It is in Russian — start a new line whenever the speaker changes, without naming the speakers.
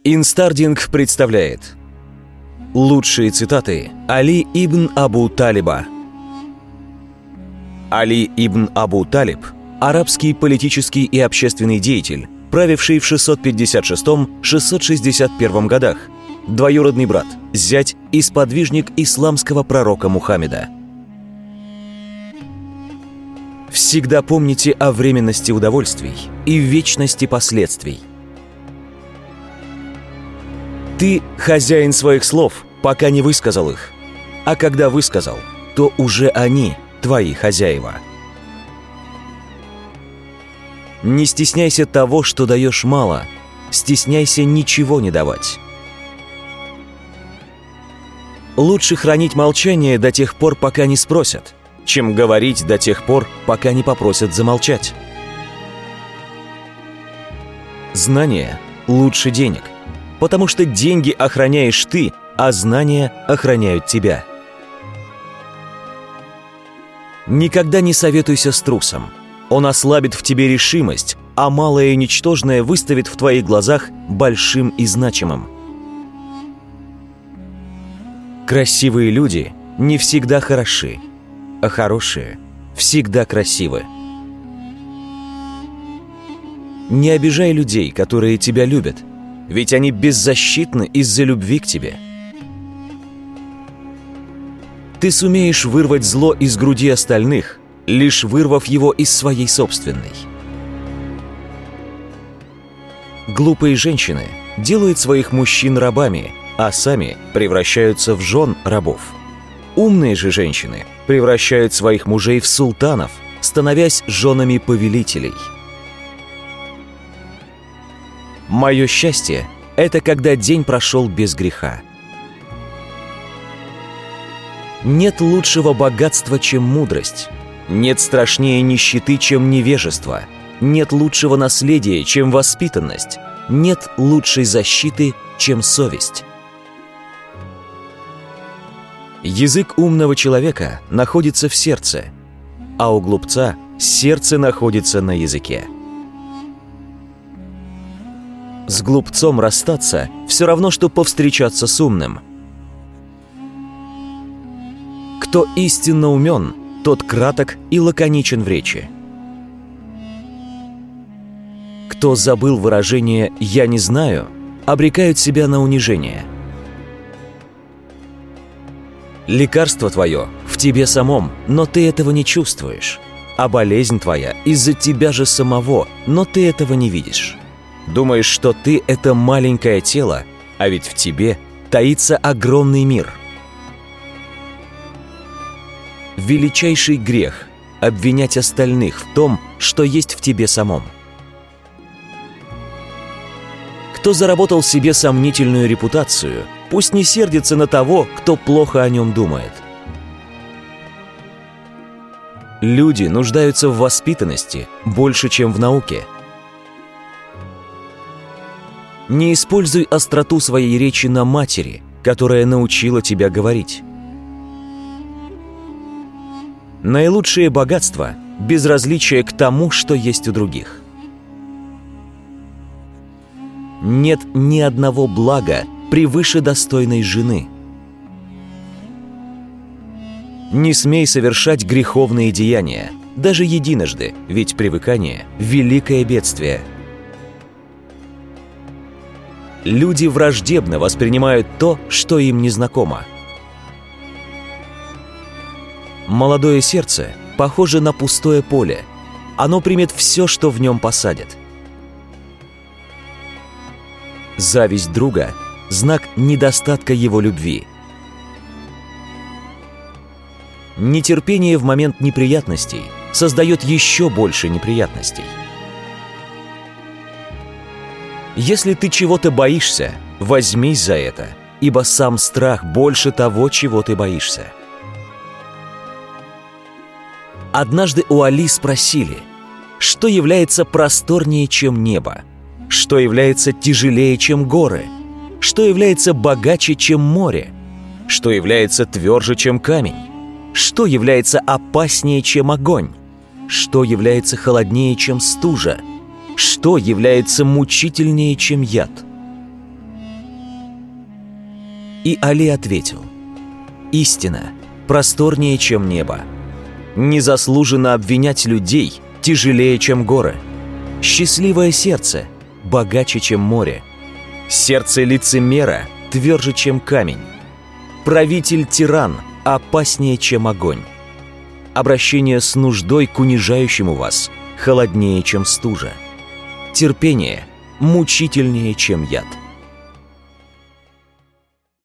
Инстардинг представляет лучшие цитаты Али ибн Абу Талиба. Али ибн Абу Талиб – арабский политический и общественный деятель, правивший в 656-661 годах, двоюродный брат, зять и сподвижник исламского пророка Мухаммеда. Всегда помните о временности удовольствий и вечности последствий. Ты хозяин своих слов, пока не высказал их, а когда высказал, то уже они твои хозяева. Не стесняйся того, что даешь мало, стесняйся ничего не давать. Лучше хранить молчание до тех пор, пока не спросят, чем говорить до тех пор, пока не попросят замолчать. Знание лучше денег, потому что деньги охраняешь ты, а знания охраняют тебя. Никогда не советуйся с трусом. Он ослабит в тебе решимость, а малое и ничтожное выставит в твоих глазах большим и значимым. Красивые люди не всегда хороши, а хорошие всегда красивы. Не обижай людей, которые тебя любят, ведь они беззащитны из-за любви к тебе. Ты сумеешь вырвать зло из груди остальных, лишь вырвав его из своей собственной. Глупые женщины делают своих мужчин рабами, а сами превращаются в жен рабов. Умные же женщины превращают своих мужей в султанов, становясь женами повелителей. Мое счастье – это когда день прошел без греха. Нет лучшего богатства, чем мудрость. Нет страшнее нищеты, чем невежество. Нет лучшего наследия, чем воспитанность. Нет лучшей защиты, чем совесть. Язык умного человека находится в сердце, а у глупца сердце находится на языке. С глупцом расстаться все равно, что повстречаться с умным. Кто истинно умен, тот краток и лаконичен в речи. Кто забыл выражение «я не знаю», обрекают себя на унижение. Лекарство твое в тебе самом, но ты этого не чувствуешь, а болезнь твоя из-за тебя же самого, но ты этого не видишь. Думаешь, что ты — это маленькое тело, а ведь в тебе таится огромный мир. Величайший грех — обвинять остальных в том, что есть в тебе самом. Кто заработал себе сомнительную репутацию, пусть не сердится на того, кто плохо о нем думает. Люди нуждаются в воспитанности больше, чем в науке. Не используй остроту своей речи на матери, которая научила тебя говорить. Наилучшее богатство – безразличие к тому, что есть у других. Нет ни одного блага превыше достойной жены. Не смей совершать греховные деяния, даже единожды, ведь привыкание – великое бедствие. Люди враждебно воспринимают то, что им незнакомо. Молодое сердце похоже на пустое поле. Оно примет все, что в нем посадят. Зависть друга – знак недостатка его любви. Нетерпение в момент неприятностей создает еще больше неприятностей. Если ты чего-то боишься, возьмись за это, ибо сам страх больше того, чего ты боишься. Однажды у Али спросили, что является просторнее, чем небо, что является тяжелее, чем горы, что является богаче, чем море, что является тверже, чем камень, что является опаснее, чем огонь, что является холоднее, чем стужа, что является мучительнее, чем яд. И Али ответил: «Истина просторнее, чем небо. Незаслуженно обвинять людей тяжелее, чем горы. Счастливое сердце богаче, чем море. Сердце лицемера тверже, чем камень. Правитель-тиран опаснее, чем огонь. Обращение с нуждой к унижающему вас холоднее, чем стужа. Терпение мучительнее, чем яд».